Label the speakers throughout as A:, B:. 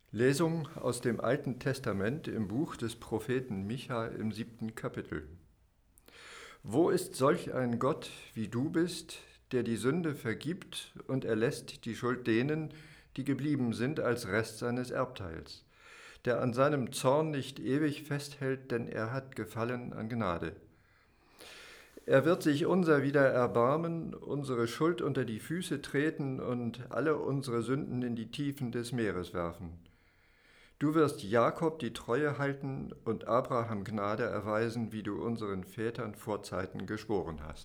A: Lesung aus dem Alten Testament im Buch des Propheten Micha im 7. Kapitel. Wo ist solch ein Gott, wie du bist, der die Sünde vergibt und erlässt die Schuld denen, die geblieben sind als Rest seines Erbteils, der an seinem Zorn nicht ewig festhält, denn er hat Gefallen an Gnade. Er wird sich unser wieder erbarmen, unsere Schuld unter die Füße treten und alle unsere Sünden in die Tiefen des Meeres werfen. Du wirst Jakob die Treue halten und Abraham Gnade erweisen, wie du unseren Vätern vor Zeiten geschworen hast.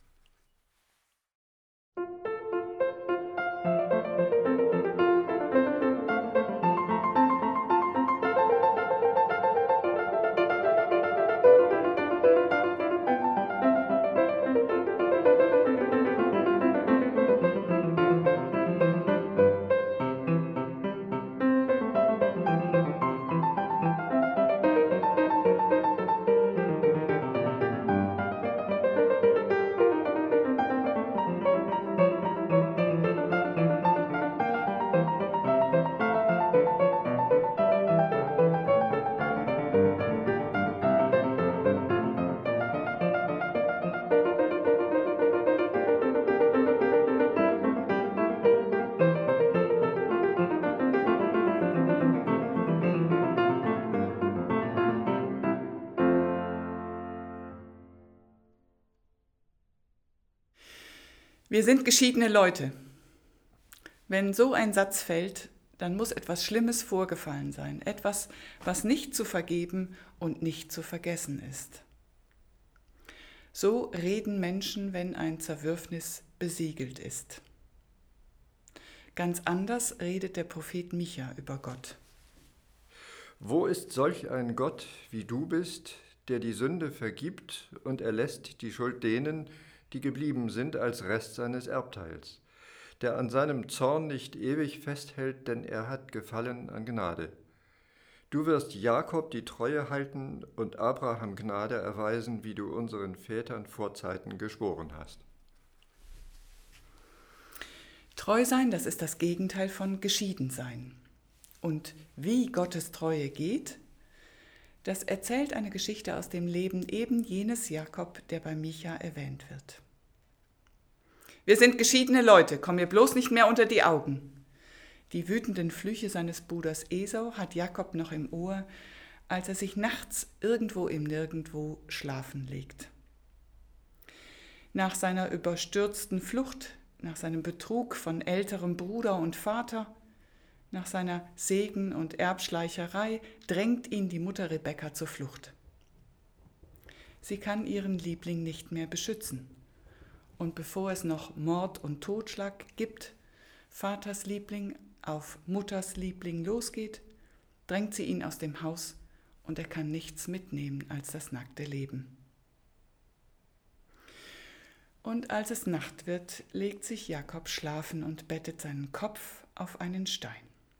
B: Wir sind geschiedene Leute. Wenn so ein Satz fällt, dann muss etwas Schlimmes vorgefallen sein, etwas, was nicht zu vergeben und nicht zu vergessen ist. So reden Menschen, wenn ein Zerwürfnis besiegelt ist. Ganz anders redet der Prophet Micha über Gott.
A: Wo ist solch ein Gott, wie du bist, der die Sünde vergibt und erlässt die Schuld denen, die geblieben sind als Rest seines Erbteils, der an seinem Zorn nicht ewig festhält, denn er hat Gefallen an Gnade. Du wirst Jakob die Treue halten und Abraham Gnade erweisen, wie du unseren Vätern vor Zeiten geschworen hast.
B: Treu sein, das ist das Gegenteil von geschieden sein. Und wie Gottes Treue geht, das erzählt eine Geschichte aus dem Leben eben jenes Jakob, der bei Micha erwähnt wird. Wir sind geschiedene Leute, komm mir bloß nicht mehr unter die Augen. Die wütenden Flüche seines Bruders Esau hat Jakob noch im Ohr, als er sich nachts irgendwo im Nirgendwo schlafen legt. Nach seiner überstürzten Flucht, nach seinem Betrug von älterem Bruder und Vater, nach seiner Segen- und Erbschleicherei drängt ihn die Mutter Rebekka zur Flucht. Sie kann ihren Liebling nicht mehr beschützen. Und bevor es noch Mord und Totschlag gibt, Vaters Liebling auf Mutters Liebling losgeht, drängt sie ihn aus dem Haus und er kann nichts mitnehmen als das nackte Leben. Und als es Nacht wird, legt sich Jakob schlafen und bettet seinen Kopf auf einen Stein.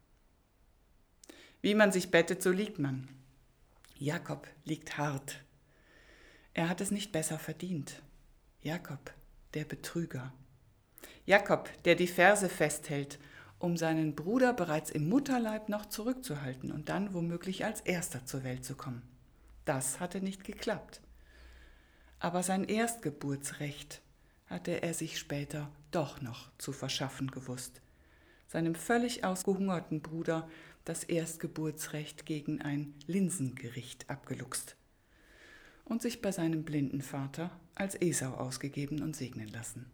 B: Wie man sich bettet, so liegt man. Jakob liegt hart. Er hat es nicht besser verdient. Jakob, der Betrüger. Jakob, der die Ferse festhält, um seinen Bruder bereits im Mutterleib noch zurückzuhalten und dann womöglich als Erster zur Welt zu kommen. Das hatte nicht geklappt. Aber sein Erstgeburtsrecht hatte er sich später doch noch zu verschaffen gewusst. Seinem völlig ausgehungerten Bruder das Erstgeburtsrecht gegen ein Linsengericht abgeluchst und sich bei seinem blinden Vater als Esau ausgegeben und segnen lassen.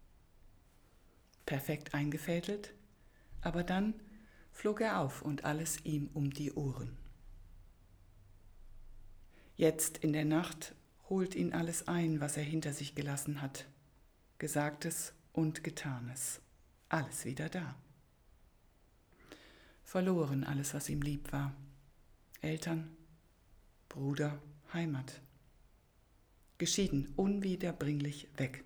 B: Perfekt eingefädelt, aber dann flog er auf und alles ihm um die Ohren. Jetzt in der Nacht holt ihn alles ein, was er hinter sich gelassen hat. Gesagtes und Getanes, alles wieder da. Verloren alles, was ihm lieb war. Eltern, Bruder, Heimat. Geschieden, unwiederbringlich weg.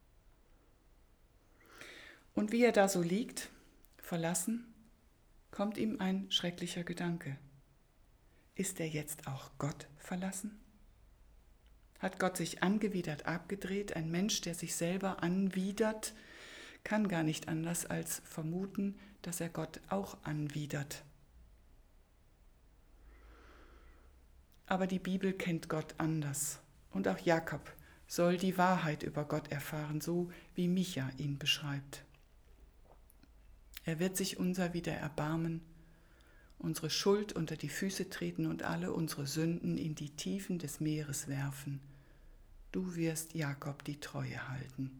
B: Und wie er da so liegt, verlassen, kommt ihm ein schrecklicher Gedanke. Ist er jetzt auch Gott verlassen? Hat Gott sich angewidert abgedreht? Ein Mensch, der sich selber anwidert, kann gar nicht anders als vermuten, dass er Gott auch anwidert. Aber die Bibel kennt Gott anders. Und auch Jakob soll die Wahrheit über Gott erfahren, so wie Micha ihn beschreibt. Er wird sich unser wieder erbarmen, unsere Schuld unter die Füße treten und alle unsere Sünden in die Tiefen des Meeres werfen. Du wirst Jakob die Treue halten.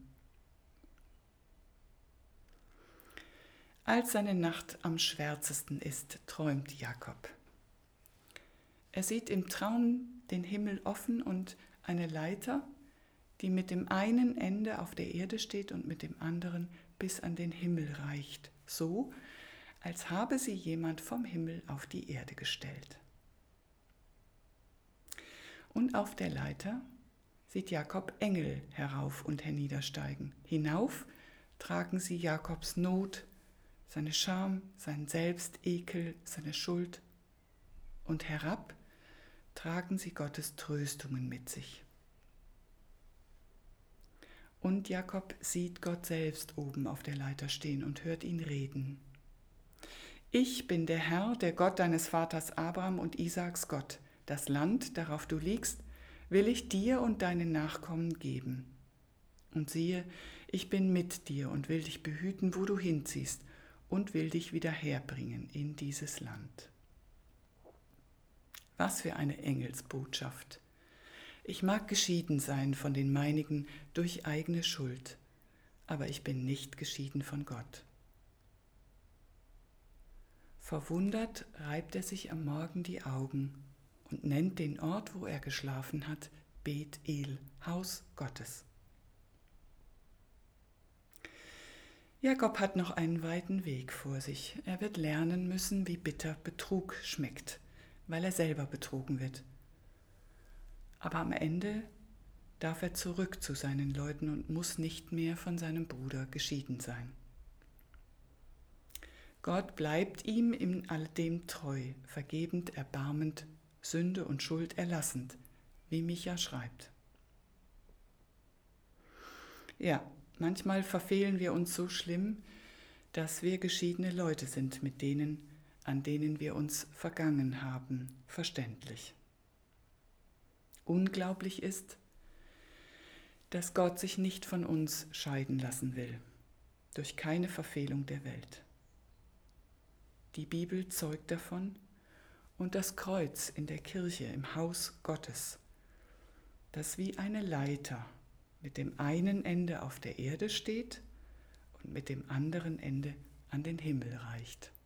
B: Als seine Nacht am schwärzesten ist, träumt Jakob. Er sieht im Traum den Himmel offen und eine Leiter, die mit dem einen Ende auf der Erde steht und mit dem anderen bis an den Himmel reicht, so als habe sie jemand vom Himmel auf die Erde gestellt. Und auf der Leiter sieht Jakob Engel herauf und herniedersteigen. Hinauf tragen sie Jakobs Not, seine Scham, seinen Selbstekel, seine Schuld. Und herab tragen sie Gottes Tröstungen mit sich. Und Jakob sieht Gott selbst oben auf der Leiter stehen und hört ihn reden. Ich bin der Herr, der Gott deines Vaters Abraham und Isaaks Gott. Das Land, darauf du liegst, will ich dir und deinen Nachkommen geben. Und siehe, ich bin mit dir und will dich behüten, wo du hinziehst, und will dich wieder herbringen in dieses Land. Was für eine Engelsbotschaft! Ich mag geschieden sein von den meinigen durch eigene Schuld, aber ich bin nicht geschieden von Gott. Verwundert reibt er sich am Morgen die Augen und nennt den Ort, wo er geschlafen hat, Bet-El, Haus Gottes. Jakob hat noch einen weiten Weg vor sich. Er wird lernen müssen, wie bitter Betrug schmeckt, weil er selber betrogen wird. Aber am Ende darf er zurück zu seinen Leuten und muss nicht mehr von seinem Bruder geschieden sein. Gott bleibt ihm in alledem treu, vergebend, erbarmend, Sünde und Schuld erlassend, wie Micha schreibt. Ja, manchmal verfehlen wir uns so schlimm, dass wir geschiedene Leute sind mit denen, an denen wir uns vergangen haben, verständlich. Unglaublich ist, dass Gott sich nicht von uns scheiden lassen will, durch keine Verfehlung der Welt. Die Bibel zeugt davon und das Kreuz in der Kirche, im Haus Gottes, das wie eine Leiter mit dem einen Ende auf der Erde steht und mit dem anderen Ende an den Himmel reicht.